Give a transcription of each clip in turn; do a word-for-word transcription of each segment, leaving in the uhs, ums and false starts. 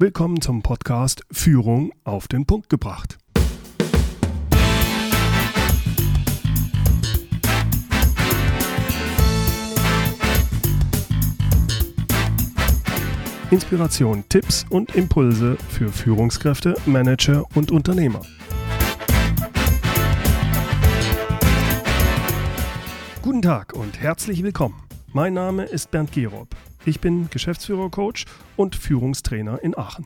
Willkommen zum Podcast Führung auf den Punkt gebracht. Inspiration, Tipps und Impulse für Führungskräfte, Manager und Unternehmer. Guten Tag und herzlich willkommen. Mein Name ist Bernd Gerob. Ich bin Geschäftsführer-Coach und Führungstrainer in Aachen.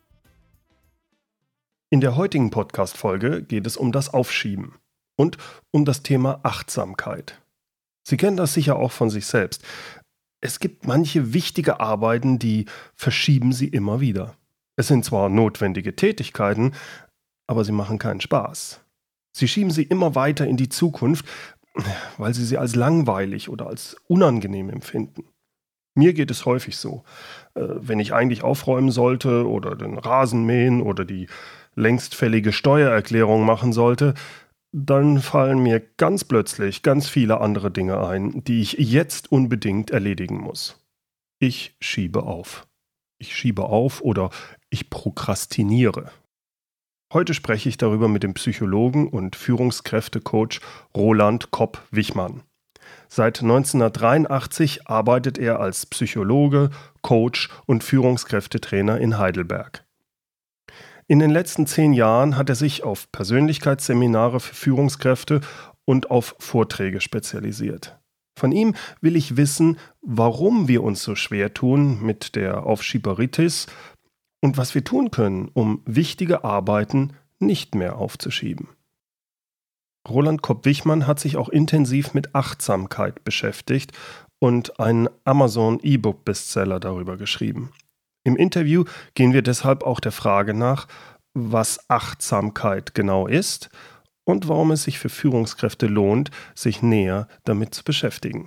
In der heutigen Podcast-Folge geht es um das Aufschieben und um das Thema Achtsamkeit. Sie kennen das sicher auch von sich selbst. Es gibt manche wichtige Arbeiten, die verschieben Sie immer wieder. Es sind zwar notwendige Tätigkeiten, aber sie machen keinen Spaß. Sie schieben sie immer weiter in die Zukunft, weil Sie sie als langweilig oder als unangenehm empfinden. Mir geht es häufig so. Wenn ich eigentlich aufräumen sollte oder den Rasen mähen oder die längst fällige Steuererklärung machen sollte, dann fallen mir ganz plötzlich ganz viele andere Dinge ein, die ich jetzt unbedingt erledigen muss. Ich schiebe auf. Ich schiebe auf oder ich prokrastiniere. Heute spreche ich darüber mit dem Psychologen und Führungskräftecoach Roland Kopp-Wichmann. Seit neunzehnhundertdreiundachtzig arbeitet er als Psychologe, Coach und Führungskräftetrainer in Heidelberg. In den letzten zehn Jahren hat er sich auf Persönlichkeitsseminare für Führungskräfte und auf Vorträge spezialisiert. Von ihm will ich wissen, warum wir uns so schwer tun mit der Aufschieberitis und was wir tun können, um wichtige Arbeiten nicht mehr aufzuschieben. Roland Kopp-Wichmann hat sich auch intensiv mit Achtsamkeit beschäftigt und einen Amazon-E-Book-Bestseller darüber geschrieben. Im Interview gehen wir deshalb auch der Frage nach, was Achtsamkeit genau ist und warum es sich für Führungskräfte lohnt, sich näher damit zu beschäftigen.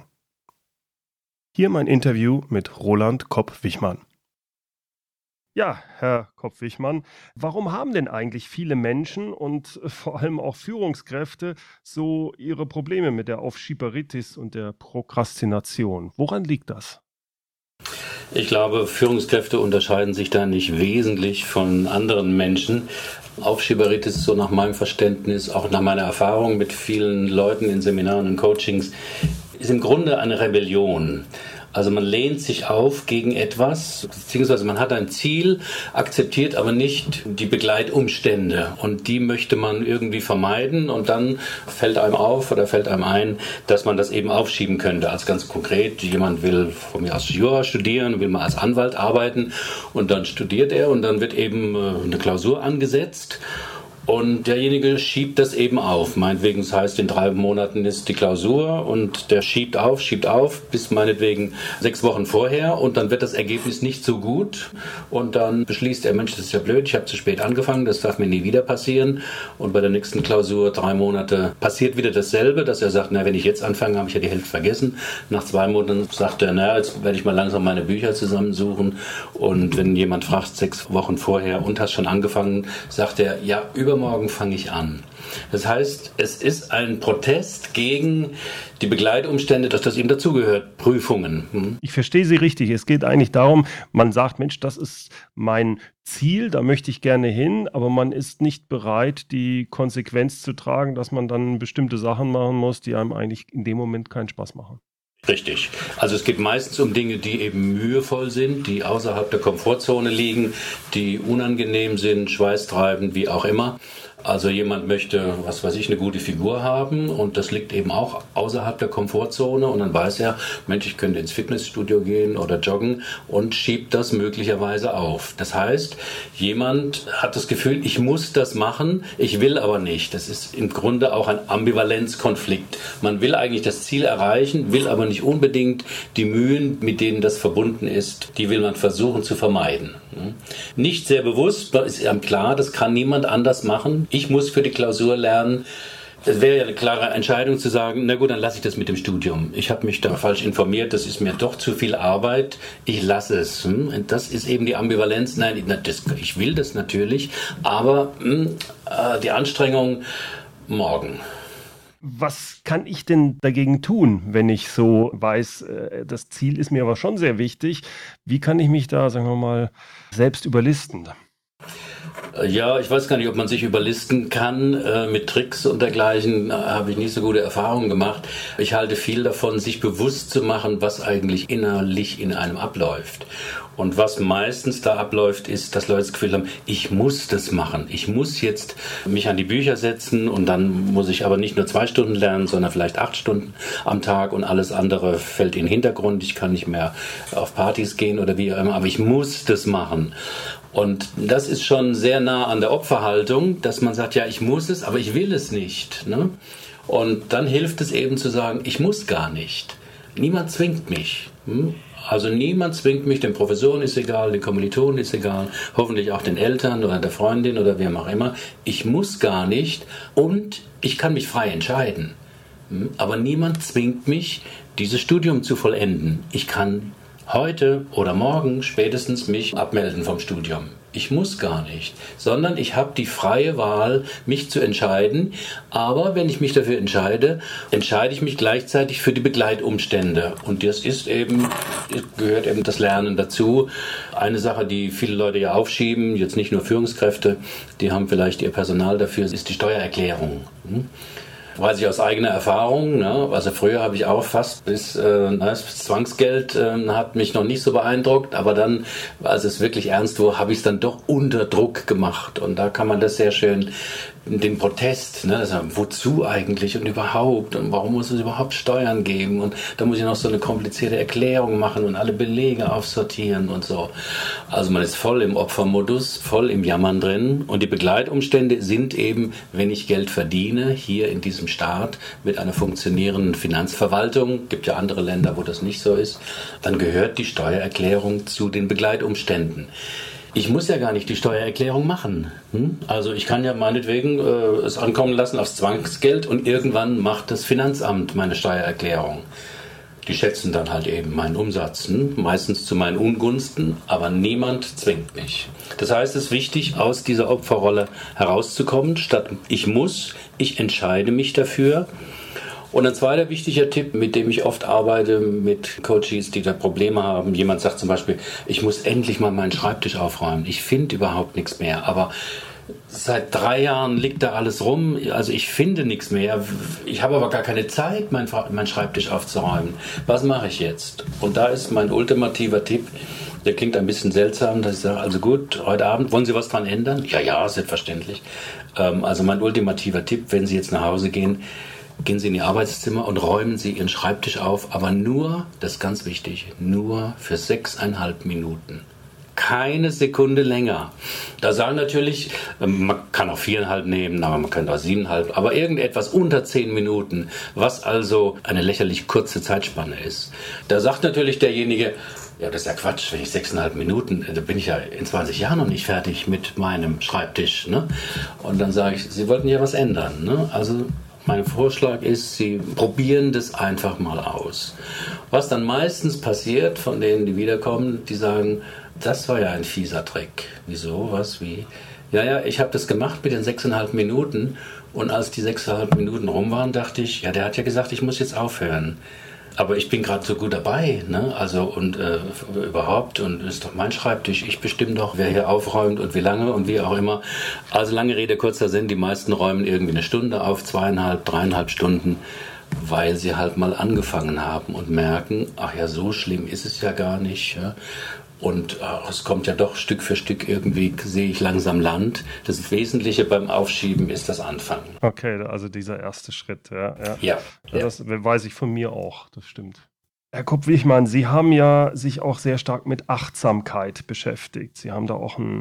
Hier mein Interview mit Roland Kopp-Wichmann. Ja, Herr Kopp-Wichmann, warum haben denn eigentlich viele Menschen und vor allem auch Führungskräfte so ihre Probleme mit der Aufschieberitis und der Prokrastination? Woran liegt das? Ich glaube, Führungskräfte unterscheiden sich da nicht wesentlich von anderen Menschen. Aufschieberitis, so nach meinem Verständnis, auch nach meiner Erfahrung mit vielen Leuten in Seminaren und Coachings, ist im Grunde eine Rebellion. Also man lehnt sich auf gegen etwas, beziehungsweise man hat ein Ziel, akzeptiert aber nicht die Begleitumstände und die möchte man irgendwie vermeiden und dann fällt einem auf oder fällt einem ein, dass man das eben aufschieben könnte. Also ganz konkret, jemand will von mir aus Jura studieren, will mal als Anwalt arbeiten und dann studiert er und dann wird eben eine Klausur angesetzt. Und derjenige schiebt das eben auf. Meinetwegen, das heißt, in drei Monaten ist die Klausur und der schiebt auf, schiebt auf, bis meinetwegen sechs Wochen vorher und dann wird das Ergebnis nicht so gut und dann beschließt er, Mensch, das ist ja blöd, ich habe zu spät angefangen, das darf mir nie wieder passieren und bei der nächsten Klausur, drei Monate, passiert wieder dasselbe, dass er sagt, na, wenn ich jetzt anfange, habe ich ja die Hälfte vergessen. Nach zwei Monaten sagt er, na, jetzt werde ich mal langsam meine Bücher zusammensuchen und wenn jemand fragt, sechs Wochen vorher und hast schon angefangen, sagt er, ja, über Morgen fange ich an. Das heißt, es ist ein Protest gegen die Begleitumstände, dass das ihm dazugehört, Prüfungen. Hm? Ich verstehe Sie richtig. Es geht eigentlich darum, man sagt, Mensch, das ist mein Ziel, da möchte ich gerne hin, aber man ist nicht bereit, die Konsequenz zu tragen, dass man dann bestimmte Sachen machen muss, die einem eigentlich in dem Moment keinen Spaß machen. Richtig. Also es geht meistens um Dinge, die eben mühevoll sind, die außerhalb der Komfortzone liegen, die unangenehm sind, schweißtreibend, wie auch immer. Also jemand möchte, was weiß ich, eine gute Figur haben und das liegt eben auch außerhalb der Komfortzone und dann weiß er, Mensch, ich könnte ins Fitnessstudio gehen oder joggen und schiebt das möglicherweise auf. Das heißt, jemand hat das Gefühl, ich muss das machen, ich will aber nicht. Das ist im Grunde auch ein Ambivalenzkonflikt. Man will eigentlich das Ziel erreichen, will aber nicht unbedingt die Mühen, mit denen das verbunden ist, die will man versuchen zu vermeiden. Nicht sehr bewusst, ist einem klar, das kann niemand anders machen. Ich muss für die Klausur lernen. Es wäre ja eine klare Entscheidung zu sagen, na gut, dann lasse ich das mit dem Studium. Ich habe mich da falsch informiert, das ist mir doch zu viel Arbeit, ich lasse es. Und das ist eben die Ambivalenz. Nein, das, ich will das natürlich, aber die Anstrengung morgen. Was kann ich denn dagegen tun, wenn ich so weiß, das Ziel ist mir aber schon sehr wichtig? Wie kann ich mich da, sagen wir mal, selbst überlisten? Ja, ich weiß gar nicht, ob man sich überlisten kann. Äh, mit Tricks und dergleichen äh, habe ich nicht so gute Erfahrungen gemacht. Ich halte viel davon, sich bewusst zu machen, was eigentlich innerlich in einem abläuft. Und was meistens da abläuft, ist, dass Leute das Gefühl haben, ich muss das machen. Ich muss jetzt mich an die Bücher setzen und dann muss ich aber nicht nur zwei Stunden lernen, sondern vielleicht acht Stunden am Tag und alles andere fällt in den Hintergrund. Ich kann nicht mehr auf Partys gehen oder wie auch immer, aber ich muss das machen. Und das ist schon sehr nah an der Opferhaltung, dass man sagt, ja, ich muss es, aber ich will es nicht. Ne? Und dann hilft es eben zu sagen, ich muss gar nicht. Niemand zwingt mich. Hm? Also niemand zwingt mich, den Professoren ist egal, den Kommilitonen ist egal, hoffentlich auch den Eltern oder der Freundin oder wem auch immer. Ich muss gar nicht und ich kann mich frei entscheiden. Hm? Aber niemand zwingt mich, dieses Studium zu vollenden. Ich kann heute oder morgen spätestens mich abmelden vom Studium. Ich muss gar nicht, sondern ich habe die freie Wahl, mich zu entscheiden. Aber wenn ich mich dafür entscheide, entscheide ich mich gleichzeitig für die Begleitumstände. Und das ist eben, gehört eben das Lernen dazu. Eine Sache, die viele Leute ja aufschieben, jetzt nicht nur Führungskräfte, die haben vielleicht ihr Personal dafür, ist die Steuererklärung. Hm? Weiß ich aus eigener Erfahrung, ne? Also früher habe ich auch fast bis äh, das Zwangsgeld äh, hat mich noch nicht so beeindruckt, aber dann, als es wirklich ernst wurde, habe ich es dann doch unter Druck gemacht und da kann man das sehr schön, den Protest, ne? Also, wozu eigentlich und überhaupt und warum muss es überhaupt Steuern geben und da muss ich noch so eine komplizierte Erklärung machen und alle Belege aufsortieren und so. Also man ist voll im Opfermodus, voll im Jammern drin und die Begleitumstände sind eben, wenn ich Geld verdiene, hier in diesem Staat mit einer funktionierenden Finanzverwaltung, gibt ja andere Länder, wo das nicht so ist, dann gehört die Steuererklärung zu den Begleitumständen. Ich muss ja gar nicht die Steuererklärung machen. Hm? Also ich kann ja meinetwegen äh, es ankommen lassen aufs Zwangsgeld und irgendwann macht das Finanzamt meine Steuererklärung. Die schätzen dann halt eben meinen Umsatz, hm? Meistens zu meinen Ungunsten, aber niemand zwingt mich. Das heißt, es ist wichtig, aus dieser Opferrolle herauszukommen, statt ich muss, ich entscheide mich dafür. Und ein zweiter wichtiger Tipp, mit dem ich oft arbeite mit Coaches, die da Probleme haben. Jemand sagt zum Beispiel, ich muss endlich mal meinen Schreibtisch aufräumen. Ich finde überhaupt nichts mehr, aber seit drei Jahren liegt da alles rum. Also ich finde nichts mehr. Ich habe aber gar keine Zeit, meinen mein Schreibtisch aufzuräumen. Was mache ich jetzt? Und da ist mein ultimativer Tipp, der klingt ein bisschen seltsam, dass ich sage, also gut, heute Abend, wollen Sie was dran ändern? Ja, ja, selbstverständlich. Also mein ultimativer Tipp, wenn Sie jetzt nach Hause gehen, gehen Sie in Ihr Arbeitszimmer und räumen Sie Ihren Schreibtisch auf, aber nur, das ist ganz wichtig, nur für sechseinhalb Minuten. Keine Sekunde länger. Da sagen natürlich, man kann auch viereinhalb nehmen, aber man könnte auch siebeneinhalb, aber irgendetwas unter zehn Minuten, was also eine lächerlich kurze Zeitspanne ist. Da sagt natürlich derjenige, ja, das ist ja Quatsch, wenn ich sechseinhalb Minuten, da bin ich ja in zwanzig Jahren noch nicht fertig mit meinem Schreibtisch. Ne? Und dann sage ich, Sie wollten ja was ändern. Ne? Also mein Vorschlag ist, Sie probieren das einfach mal aus. Was dann meistens passiert von denen, die wiederkommen, die sagen, das war ja ein fieser Trick. Wieso? Was? Wie? Ja, ja, ich habe das gemacht mit den sechseinhalb Minuten und als die sechseinhalb Minuten rum waren, dachte ich, ja, der hat ja gesagt, ich muss jetzt aufhören. Aber ich bin gerade so gut dabei, ne? Also und äh, überhaupt und ist doch mein Schreibtisch. Ich bestimme doch, wer hier aufräumt und wie lange und wie auch immer. Also lange Rede, kurzer Sinn, die meisten räumen irgendwie eine Stunde auf, zweieinhalb, dreieinhalb Stunden, weil sie halt mal angefangen haben und merken, ach ja, so schlimm ist es ja gar nicht. Ja? Und ach, es kommt ja doch Stück für Stück irgendwie, sehe ich langsam Land. Das Wesentliche beim Aufschieben ist das Anfangen. Okay, also dieser erste Schritt. Ja, ja. ja, ja. Das weiß ich von mir auch, das stimmt. Herr Kopp-Wichmann, Sie haben ja sich auch sehr stark mit Achtsamkeit beschäftigt. Sie haben da auch einen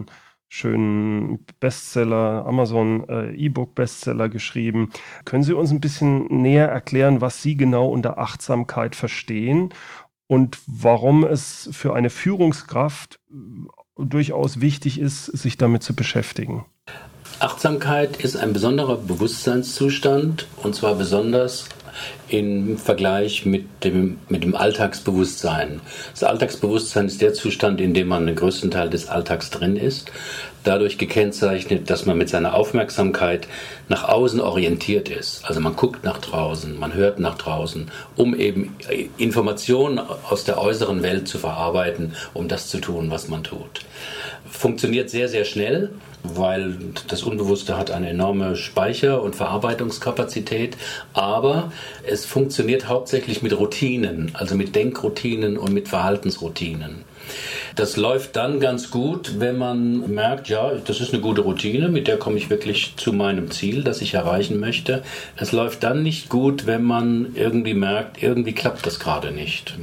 schönen Bestseller, Amazon äh, E-Book-Bestseller geschrieben. Können Sie uns ein bisschen näher erklären, was Sie genau unter Achtsamkeit verstehen? Und warum es für eine Führungskraft durchaus wichtig ist, sich damit zu beschäftigen. Achtsamkeit ist ein besonderer Bewusstseinszustand und zwar besonders im Vergleich mit dem, mit dem Alltagsbewusstsein. Das Alltagsbewusstsein ist der Zustand, in dem man den größten Teil des Alltags drin ist. Dadurch gekennzeichnet, dass man mit seiner Aufmerksamkeit nach außen orientiert ist. Also man guckt nach draußen, man hört nach draußen, um eben Informationen aus der äußeren Welt zu verarbeiten, um das zu tun, was man tut. Funktioniert sehr, sehr schnell, weil das Unbewusste hat eine enorme Speicher- und Verarbeitungskapazität, aber es funktioniert hauptsächlich mit Routinen, also mit Denkroutinen und mit Verhaltensroutinen. Das läuft dann ganz gut, wenn man merkt, ja, das ist eine gute Routine, mit der komme ich wirklich zu meinem Ziel, das ich erreichen möchte. Es läuft dann nicht gut, wenn man irgendwie merkt, irgendwie klappt das gerade nicht.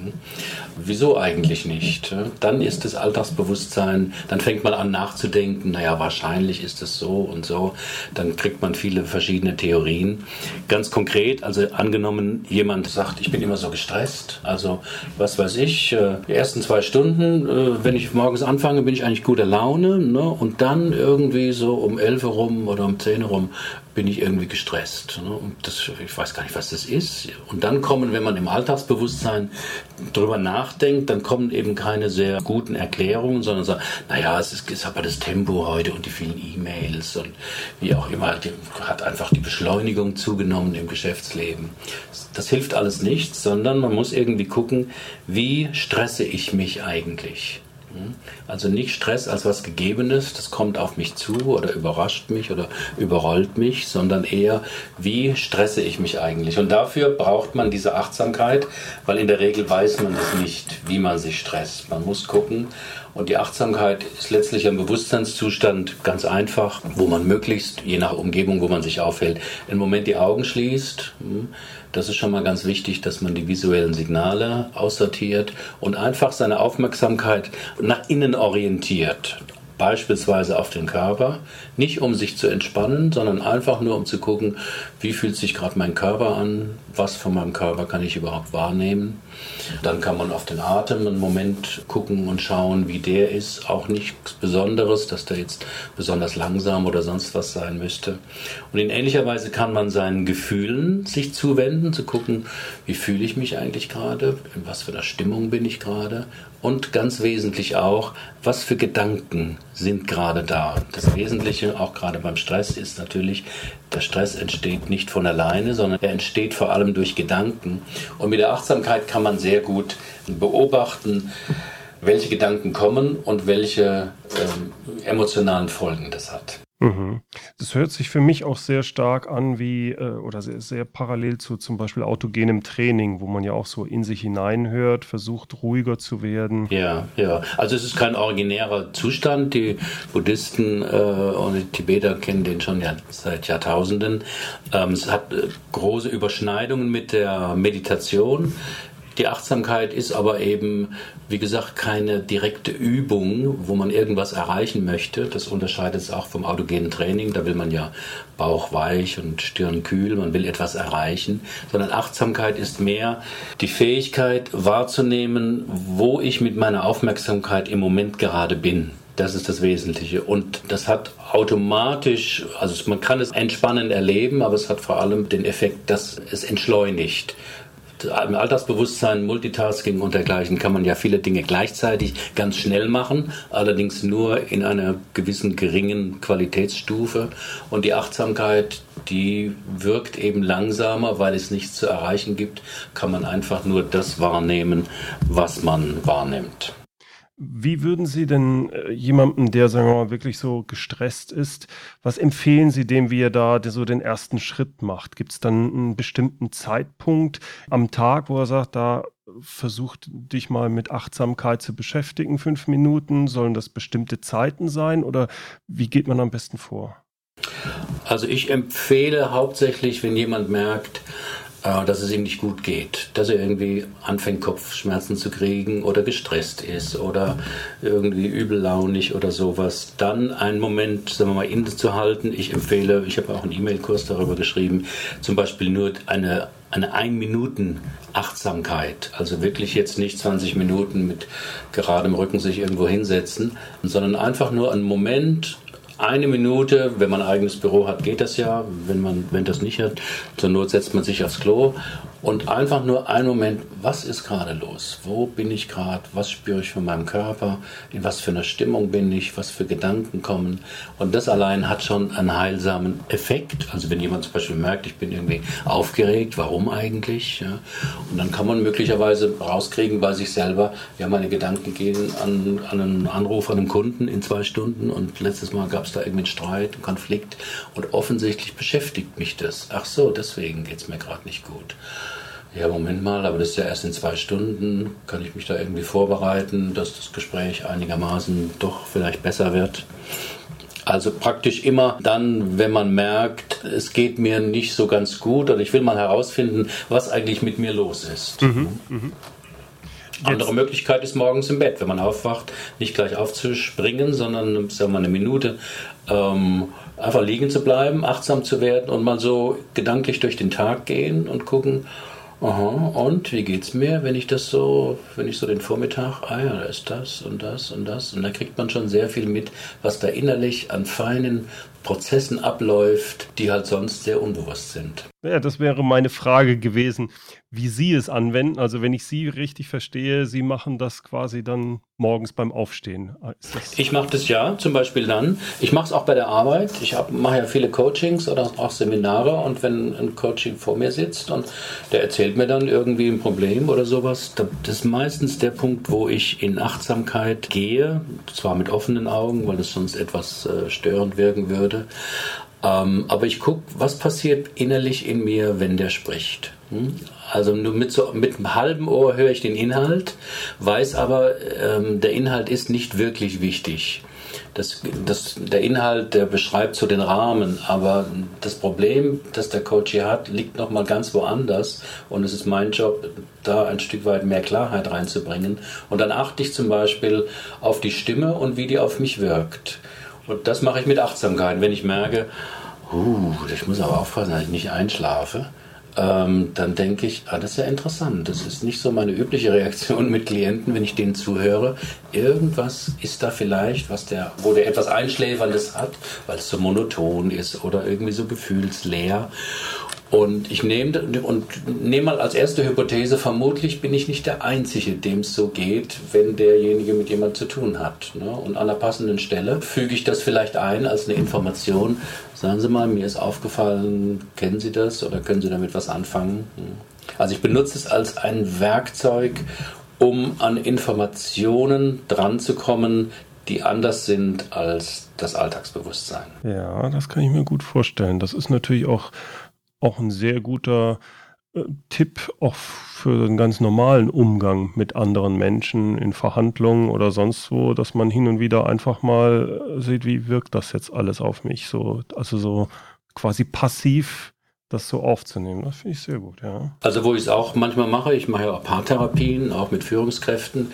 Wieso eigentlich nicht? Dann ist das Alltagsbewusstsein, dann fängt man an nachzudenken, naja, wahrscheinlich ist es so und so. Dann kriegt man viele verschiedene Theorien. Ganz konkret, also angenommen, jemand sagt, ich bin immer so gestresst, also was weiß ich, die ersten zwei Stunden, wenn ich morgens anfange, bin ich eigentlich guter Laune, ne? Und dann irgendwie so um elf rum oder um zehn rum bin ich irgendwie gestresst. Ne? Und das, ich weiß gar nicht, was das ist. Und dann kommen, wenn man im Alltagsbewusstsein drüber nachdenkt, dann kommen eben keine sehr guten Erklärungen, sondern sagen, naja, es ist, ist aber das Tempo heute und die vielen E-Mails und wie auch immer, die, hat einfach die Beschleunigung zugenommen im Geschäftsleben. Das hilft alles nichts, sondern man muss irgendwie gucken, wie stresse ich mich eigentlich? Also nicht Stress als was Gegebenes, das kommt auf mich zu oder überrascht mich oder überrollt mich, sondern eher, wie stresse ich mich eigentlich? Und dafür braucht man diese Achtsamkeit, weil in der Regel weiß man das nicht, wie man sich stresst. Man muss gucken. Und die Achtsamkeit ist letztlich ein Bewusstseinszustand, ganz einfach, wo man möglichst, je nach Umgebung, wo man sich aufhält, einen Moment die Augen schließt. Das ist schon mal ganz wichtig, dass man die visuellen Signale aussortiert und einfach seine Aufmerksamkeit nach innen orientiert. Beispielsweise auf den Körper, nicht um sich zu entspannen, sondern einfach nur um zu gucken, wie fühlt sich gerade mein Körper an, was von meinem Körper kann ich überhaupt wahrnehmen. Dann kann man auf den Atem einen Moment gucken und schauen, wie der ist. Auch nichts Besonderes, dass der jetzt besonders langsam oder sonst was sein müsste. Und in ähnlicher Weise kann man seinen Gefühlen sich zuwenden, zu gucken, wie fühle ich mich eigentlich gerade, in was für einer Stimmung bin ich gerade. Und ganz wesentlich auch, was für Gedanken sind gerade da. Das Wesentliche, auch gerade beim Stress, ist natürlich, der Stress entsteht nicht von alleine, sondern er entsteht vor allem durch Gedanken. Und mit der Achtsamkeit kann man sehr gut beobachten, welche Gedanken kommen und welche ähm, emotionalen Folgen das hat. Mhm. Das hört sich für mich auch sehr stark an wie, äh, oder sehr, sehr parallel zu zum Beispiel autogenem Training, wo man ja auch so in sich hineinhört, versucht ruhiger zu werden. Ja, ja. Also es ist kein originärer Zustand. Die Buddhisten äh, und die Tibeter kennen den schon ja seit Jahrtausenden. Ähm, es hat äh, große Überschneidungen mit der Meditation. Die Achtsamkeit ist aber eben, wie gesagt, keine direkte Übung, wo man irgendwas erreichen möchte. Das unterscheidet es auch vom autogenen Training. Da will man ja Bauch weich und Stirn kühl, man will etwas erreichen. Sondern Achtsamkeit ist mehr die Fähigkeit wahrzunehmen, wo ich mit meiner Aufmerksamkeit im Moment gerade bin. Das ist das Wesentliche. Und das hat automatisch, also man kann es entspannend erleben, aber es hat vor allem den Effekt, dass es entschleunigt. Im Alltagsbewusstsein, Multitasking und dergleichen kann man ja viele Dinge gleichzeitig ganz schnell machen, allerdings nur in einer gewissen geringen Qualitätsstufe. Und die Achtsamkeit, die wirkt eben langsamer, weil es nichts zu erreichen gibt, kann man einfach nur das wahrnehmen, was man wahrnimmt. Wie würden Sie denn äh, jemandem, der, sagen wir mal, wirklich so gestresst ist, was empfehlen Sie dem, wie er da de- so den ersten Schritt macht? Gibt es dann einen bestimmten Zeitpunkt am Tag, wo er sagt, da versucht dich mal mit Achtsamkeit zu beschäftigen, fünf Minuten? Sollen das bestimmte Zeiten sein oder wie geht man am besten vor? Also ich empfehle hauptsächlich, wenn jemand merkt, dass es ihm nicht gut geht, dass er irgendwie anfängt, Kopfschmerzen zu kriegen oder gestresst ist oder irgendwie übellaunig oder sowas, dann einen Moment, sagen wir mal, innezuhalten. Ich empfehle, ich habe auch einen E-Mail-Kurs darüber geschrieben, zum Beispiel nur eine eine Ein-Minuten-Achtsamkeit, also wirklich jetzt nicht zwanzig Minuten mit geradem Rücken sich irgendwo hinsetzen, sondern einfach nur einen Moment eine Minute, wenn man ein eigenes Büro hat, geht das ja. Wenn man, wenn das nicht hat, zur Not setzt man sich aufs Klo und einfach nur einen Moment, was ist gerade los? Wo bin ich gerade? Was spüre ich von meinem Körper? In was für einer Stimmung bin ich? Was für Gedanken kommen? Und das allein hat schon einen heilsamen Effekt. Also wenn jemand zum Beispiel merkt, ich bin irgendwie aufgeregt, warum eigentlich? Ja? Und dann kann man möglicherweise rauskriegen bei sich selber, ja, meine Gedanken gehen an, an einen Anruf an einen Kunden in zwei Stunden und letztes Mal gab es da irgendwie einen Streit, einen Konflikt und offensichtlich beschäftigt mich das. Ach so, deswegen geht es mir gerade nicht gut. Ja, Moment mal, aber das ist ja erst in zwei Stunden. Kann ich mich da irgendwie vorbereiten, dass das Gespräch einigermaßen doch vielleicht besser wird? Also praktisch immer dann, wenn man merkt, es geht mir nicht so ganz gut oder ich will mal herausfinden, was eigentlich mit mir los ist. Mhm, mh. Andere Möglichkeit ist morgens im Bett, wenn man aufwacht, nicht gleich aufzuspringen, sondern sagen wir mal eine Minute ähm, einfach liegen zu bleiben, achtsam zu werden und mal so gedanklich durch den Tag gehen und gucken, aha, und wie geht's mir, wenn ich das so, wenn ich so den Vormittag, ah ja, da ist das und das und das und da kriegt man schon sehr viel mit, was da innerlich an feinen Prozessen abläuft, die halt sonst sehr unbewusst sind. Ja, das wäre meine Frage gewesen, wie Sie es anwenden. Also wenn ich Sie richtig verstehe, Sie machen das quasi dann morgens beim Aufstehen. Ist das ich mache das ja, zum Beispiel dann. Ich mache es auch bei der Arbeit. Ich mache ja viele Coachings oder auch Seminare und wenn ein Coaching vor mir sitzt und der erzählt mir dann irgendwie ein Problem oder sowas, das ist meistens der Punkt, wo ich in Achtsamkeit gehe, zwar mit offenen Augen, weil es sonst etwas äh, störend wirken würde. Ähm, aber ich gucke, was passiert innerlich in mir, wenn der spricht. Hm? Also nur mit, so, mit einem halben Ohr höre ich den Inhalt, weiß aber, ähm, der Inhalt ist nicht wirklich wichtig. Das, das, der Inhalt, der beschreibt so den Rahmen, aber das Problem, das der Coach hier hat, liegt nochmal ganz woanders und es ist mein Job, da ein Stück weit mehr Klarheit reinzubringen. Und dann achte ich zum Beispiel auf die Stimme und wie die auf mich wirkt. Und das mache ich mit Achtsamkeit. Wenn ich merke, uh, ich muss aber aufpassen, dass ich nicht einschlafe, ähm, dann denke ich, ah, das ist ja interessant. Das ist nicht so meine übliche Reaktion mit Klienten, wenn ich denen zuhöre. Irgendwas ist da vielleicht, was der, wo der etwas Einschläferndes hat, weil es so monoton ist oder irgendwie so gefühlsleer. Und ich nehme und nehme mal als erste Hypothese, vermutlich bin ich nicht der Einzige, dem es so geht, wenn derjenige mit jemandem zu tun hat. Ne? Und an der passenden Stelle füge ich das vielleicht ein als eine Information. Sagen Sie mal, mir ist aufgefallen, kennen Sie das oder können Sie damit was anfangen? Also ich benutze es als ein Werkzeug, um an Informationen dranzukommen, die anders sind als das Alltagsbewusstsein. Ja, das kann ich mir gut vorstellen. Das ist natürlich auch Auch ein sehr guter äh, Tipp auch für den ganz normalen Umgang mit anderen Menschen in Verhandlungen oder sonst wo, dass man hin und wieder einfach mal äh, sieht, wie wirkt das jetzt alles auf mich. So, also so quasi passiv das so aufzunehmen. Das finde ich sehr gut, ja. Also wo ich es auch manchmal mache, ich mache ja auch Paartherapien, auch mit Führungskräften.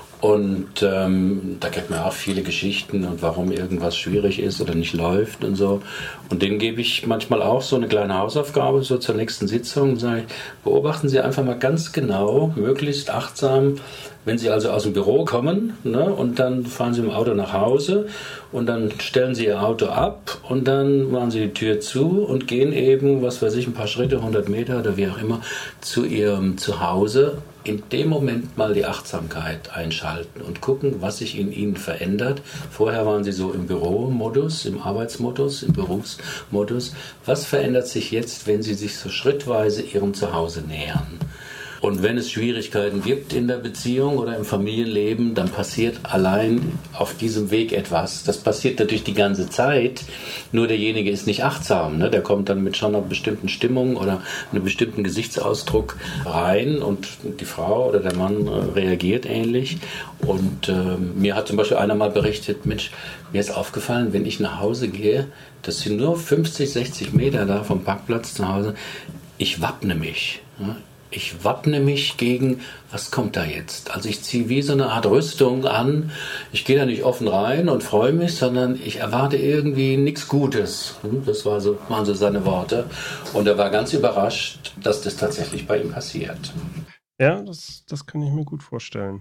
Und ähm, da kennt man auch viele Geschichten und warum irgendwas schwierig ist oder nicht läuft und so. Und denen gebe ich manchmal auch so eine kleine Hausaufgabe, so zur nächsten Sitzung. Sage ich, beobachten Sie einfach mal ganz genau, möglichst achtsam, wenn Sie also aus dem Büro kommen, ne, und dann fahren Sie im Auto nach Hause und dann stellen Sie Ihr Auto ab und dann machen Sie die Tür zu und gehen eben, was weiß ich, ein paar Schritte, hundert Meter oder wie auch immer, zu Ihrem Zuhause. In dem Moment mal die Achtsamkeit einschalten und gucken, was sich in Ihnen verändert. Vorher waren Sie so im Büromodus, im Arbeitsmodus, im Berufsmodus. Was verändert sich jetzt, wenn Sie sich so schrittweise Ihrem Zuhause nähern? Und wenn es Schwierigkeiten gibt in der Beziehung oder im Familienleben, dann passiert allein auf diesem Weg etwas. Das passiert natürlich die ganze Zeit, nur derjenige ist nicht achtsam. Ne? Der kommt dann mit schon einer bestimmten Stimmung oder einem bestimmten Gesichtsausdruck rein und die Frau oder der Mann reagiert ähnlich. Und äh, mir hat zum Beispiel einer mal berichtet, Mensch, mir ist aufgefallen, wenn ich nach Hause gehe, das sind nur fünfzig, sechzig Meter da vom Parkplatz zu Hause, ich wappne mich. Ne? Ich wappne mich gegen, was kommt da jetzt? Also ich ziehe wie so eine Art Rüstung an. Ich gehe da nicht offen rein und freue mich, sondern ich erwarte irgendwie nichts Gutes. Das war so, waren so seine Worte. Und er war ganz überrascht, dass das tatsächlich bei ihm passiert. Ja, das, das kann ich mir gut vorstellen.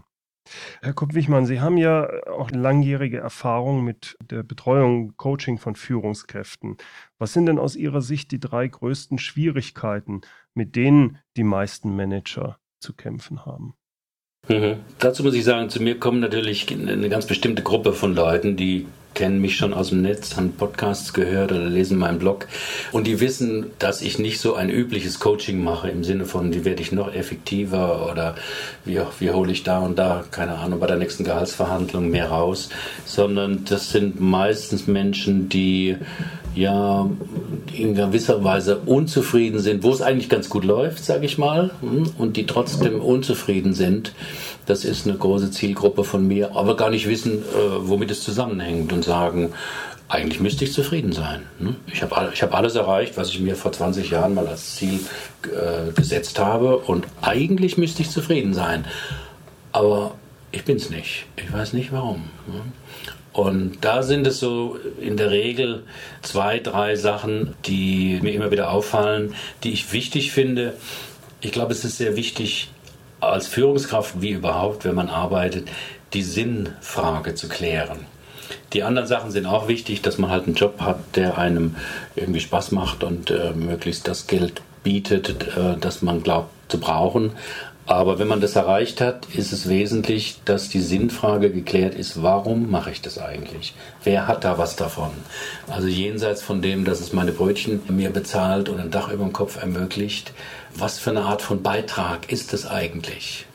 Herr Kopp-Wichmann, Sie haben ja auch langjährige Erfahrung mit der Betreuung, Coaching von Führungskräften. Was sind denn aus Ihrer Sicht die drei größten Schwierigkeiten, mit denen die meisten Manager zu kämpfen haben? Mhm. Dazu muss ich sagen, zu mir kommen natürlich eine ganz bestimmte Gruppe von Leuten, die kennen mich schon aus dem Netz, haben Podcasts gehört oder lesen meinen Blog und die wissen, dass ich nicht so ein übliches Coaching mache im Sinne von, wie werde ich noch effektiver oder wie, wie hole ich da und da, keine Ahnung, bei der nächsten Gehaltsverhandlung mehr raus, sondern das sind meistens Menschen, die ja in gewisser Weise unzufrieden sind, wo es eigentlich ganz gut läuft, sage ich mal, und die trotzdem unzufrieden sind. Das ist eine große Zielgruppe von mir, aber gar nicht wissen, äh, womit es zusammenhängt und sagen, eigentlich müsste ich zufrieden sein. Ne? Ich habe ich hab alles erreicht, was ich mir vor zwanzig Jahren mal als Ziel äh, gesetzt habe und eigentlich müsste ich zufrieden sein. Aber ich bin es nicht. Ich weiß nicht warum. Ne? Und da sind es so in der Regel zwei, drei Sachen, die mir immer wieder auffallen, die ich wichtig finde. Ich glaube, es ist sehr wichtig, als Führungskraft wie überhaupt, wenn man arbeitet, die Sinnfrage zu klären. Die anderen Sachen sind auch wichtig, dass man halt einen Job hat, der einem irgendwie Spaß macht und äh, möglichst das Geld bietet, äh, das man glaubt zu brauchen. Aber wenn man das erreicht hat, ist es wesentlich, dass die Sinnfrage geklärt ist, warum mache ich das eigentlich? Wer hat da was davon? Also jenseits von dem, dass es meine Brötchen mir bezahlt und ein Dach über dem Kopf ermöglicht, was für eine Art von Beitrag ist das eigentlich?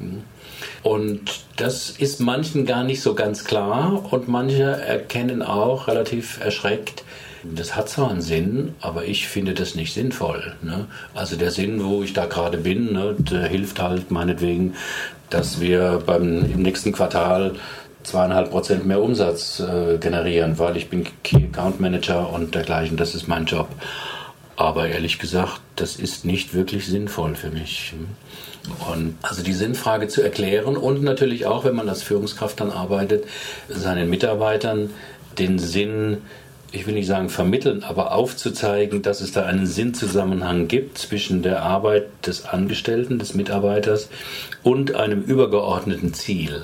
Und das ist manchen gar nicht so ganz klar und manche erkennen auch relativ erschreckt, das hat zwar einen Sinn, aber ich finde das nicht sinnvoll. Ne? Also der Sinn, wo ich da gerade bin, ne, der hilft halt meinetwegen, dass wir beim, im nächsten Quartal zweieinhalb Prozent mehr Umsatz äh, generieren, weil ich bin Key Account Manager und dergleichen, das ist mein Job. Aber ehrlich gesagt, das ist nicht wirklich sinnvoll für mich. Und also die Sinnfrage zu erklären und natürlich auch, wenn man als Führungskraft dann arbeitet, seinen Mitarbeitern den Sinn, ich will nicht sagen vermitteln, aber aufzuzeigen, dass es da einen Sinnzusammenhang gibt zwischen der Arbeit des Angestellten, des Mitarbeiters und einem übergeordneten Ziel.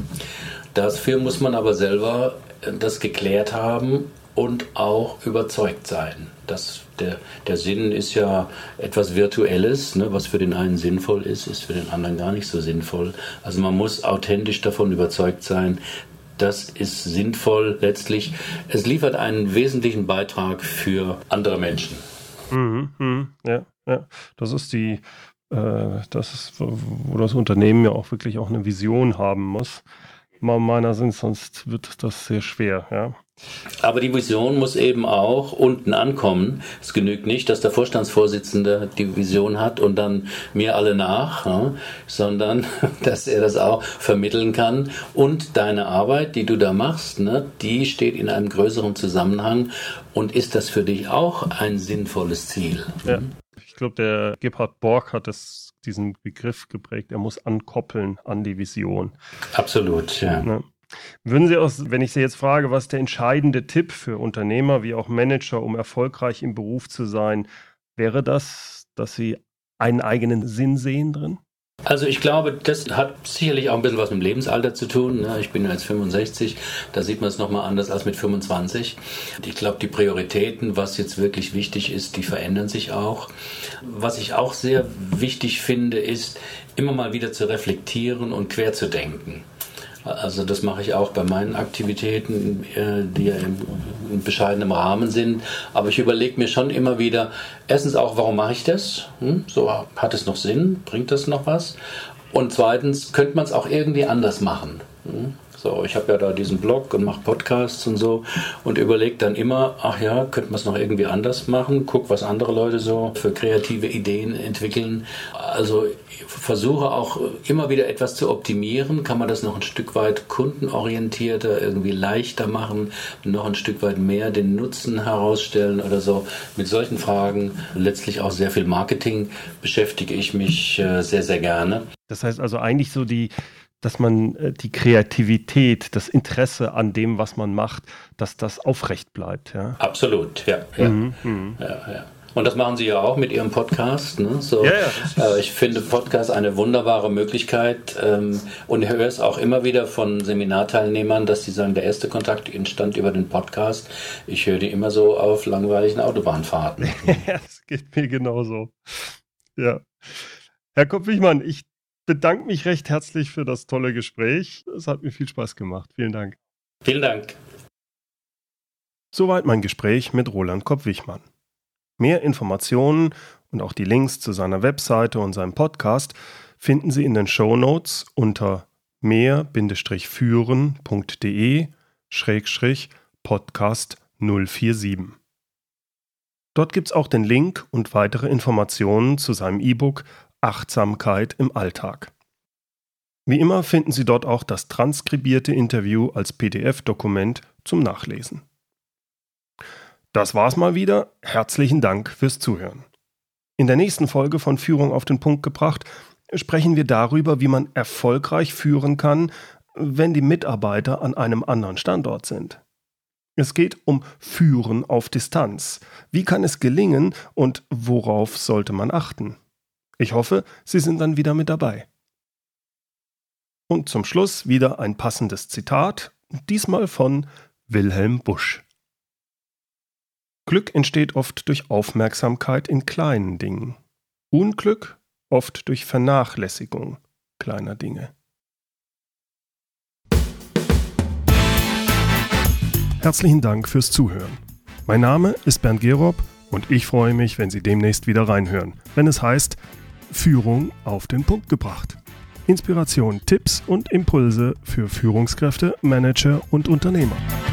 Dafür muss man aber selber das geklärt haben und auch überzeugt sein. Das, der, der Sinn ist ja etwas Virtuelles, ne, was für den einen sinnvoll ist, ist für den anderen gar nicht so sinnvoll. Also man muss authentisch davon überzeugt sein, das ist sinnvoll letztlich. Es liefert einen wesentlichen Beitrag für andere Menschen. Mhm, mh, ja, ja, das ist die, äh, das ist, wo das Unternehmen ja auch wirklich auch eine Vision haben muss. Meiner Sinn, sonst wird das sehr schwer, ja. Aber die Vision muss eben auch unten ankommen. Es genügt nicht, dass der Vorstandsvorsitzende die Vision hat und dann mir alle nach, ja, sondern dass er das auch vermitteln kann. Und deine Arbeit, die du da machst, ne, die steht in einem größeren Zusammenhang. Und ist das für dich auch ein sinnvolles Ziel? Ja. Ich glaube, der Gebhard Borg hat das, diesen Begriff geprägt. Er muss ankoppeln an die Vision. Absolut, ja. Ne? Würden Sie aus, wenn ich Sie jetzt frage, was ist der entscheidende Tipp für Unternehmer wie auch Manager, um erfolgreich im Beruf zu sein, wäre das, dass Sie einen eigenen Sinn sehen drin? Also ich glaube, das hat sicherlich auch ein bisschen was mit dem Lebensalter zu tun. Ich bin jetzt fünfundsechzig, da sieht man es nochmal anders als mit fünfundzwanzig. Ich glaube, die Prioritäten, was jetzt wirklich wichtig ist, die verändern sich auch. Was ich auch sehr wichtig finde, ist, immer mal wieder zu reflektieren und quer zu denken. Also das mache ich auch bei meinen Aktivitäten, die ja in bescheidenem Rahmen sind. Aber ich überlege mir schon immer wieder, erstens auch, warum mache ich das? Hm? So, hat es noch Sinn? Bringt das noch was? Und zweitens, könnte man es auch irgendwie anders machen? Hm? So, ich habe ja da diesen Blog und mache Podcasts und so und überlege dann immer, ach ja, könnte man es noch irgendwie anders machen? Guck, was andere Leute so für kreative Ideen entwickeln. Also ich versuche auch immer wieder etwas zu optimieren. Kann man das noch ein Stück weit kundenorientierter, irgendwie leichter machen, noch ein Stück weit mehr den Nutzen herausstellen oder so. Mit solchen Fragen, letztlich auch sehr viel Marketing, beschäftige ich mich äh, sehr, sehr gerne. Das heißt also eigentlich so die dass man äh, die Kreativität, das Interesse an dem, was man macht, dass das aufrecht bleibt. Ja? Absolut, ja. ja. Mhm, mh. ja, ja. Und das machen Sie ja auch mit Ihrem Podcast. Ne? So, ja, ja. Äh, ich finde Podcast eine wunderbare Möglichkeit ähm, und höre es auch immer wieder von Seminarteilnehmern, dass die sagen, der erste Kontakt entstand über den Podcast. Ich höre die immer so auf langweiligen Autobahnfahrten. Ja, das geht mir genauso. Ja. Herr Kopp-Wichmann, ich bedanke mich recht herzlich für das tolle Gespräch. Es hat mir viel Spaß gemacht. Vielen Dank. Vielen Dank. Soweit mein Gespräch mit Roland Kopp-Wichmann. Mehr Informationen und auch die Links zu seiner Webseite und seinem Podcast finden Sie in den Shownotes unter mehr-führen.de Schrägstrich Podcast null vier sieben. Dort gibt es auch den Link und weitere Informationen zu seinem E-Book Achtsamkeit im Alltag. Wie immer finden Sie dort auch das transkribierte Interview als P D F-Dokument zum Nachlesen. Das war's mal wieder. Herzlichen Dank fürs Zuhören. In der nächsten Folge von Führung auf den Punkt gebracht sprechen wir darüber, wie man erfolgreich führen kann, wenn die Mitarbeiter an einem anderen Standort sind. Es geht um Führen auf Distanz. Wie kann es gelingen und worauf sollte man achten? Ich hoffe, Sie sind dann wieder mit dabei. Und zum Schluss wieder ein passendes Zitat, diesmal von Wilhelm Busch. Glück entsteht oft durch Aufmerksamkeit in kleinen Dingen. Unglück oft durch Vernachlässigung kleiner Dinge. Herzlichen Dank fürs Zuhören. Mein Name ist Bernd Gerob und ich freue mich, wenn Sie demnächst wieder reinhören, wenn es heißt Führung auf den Punkt gebracht. Inspiration, Tipps und Impulse für Führungskräfte, Manager und Unternehmer.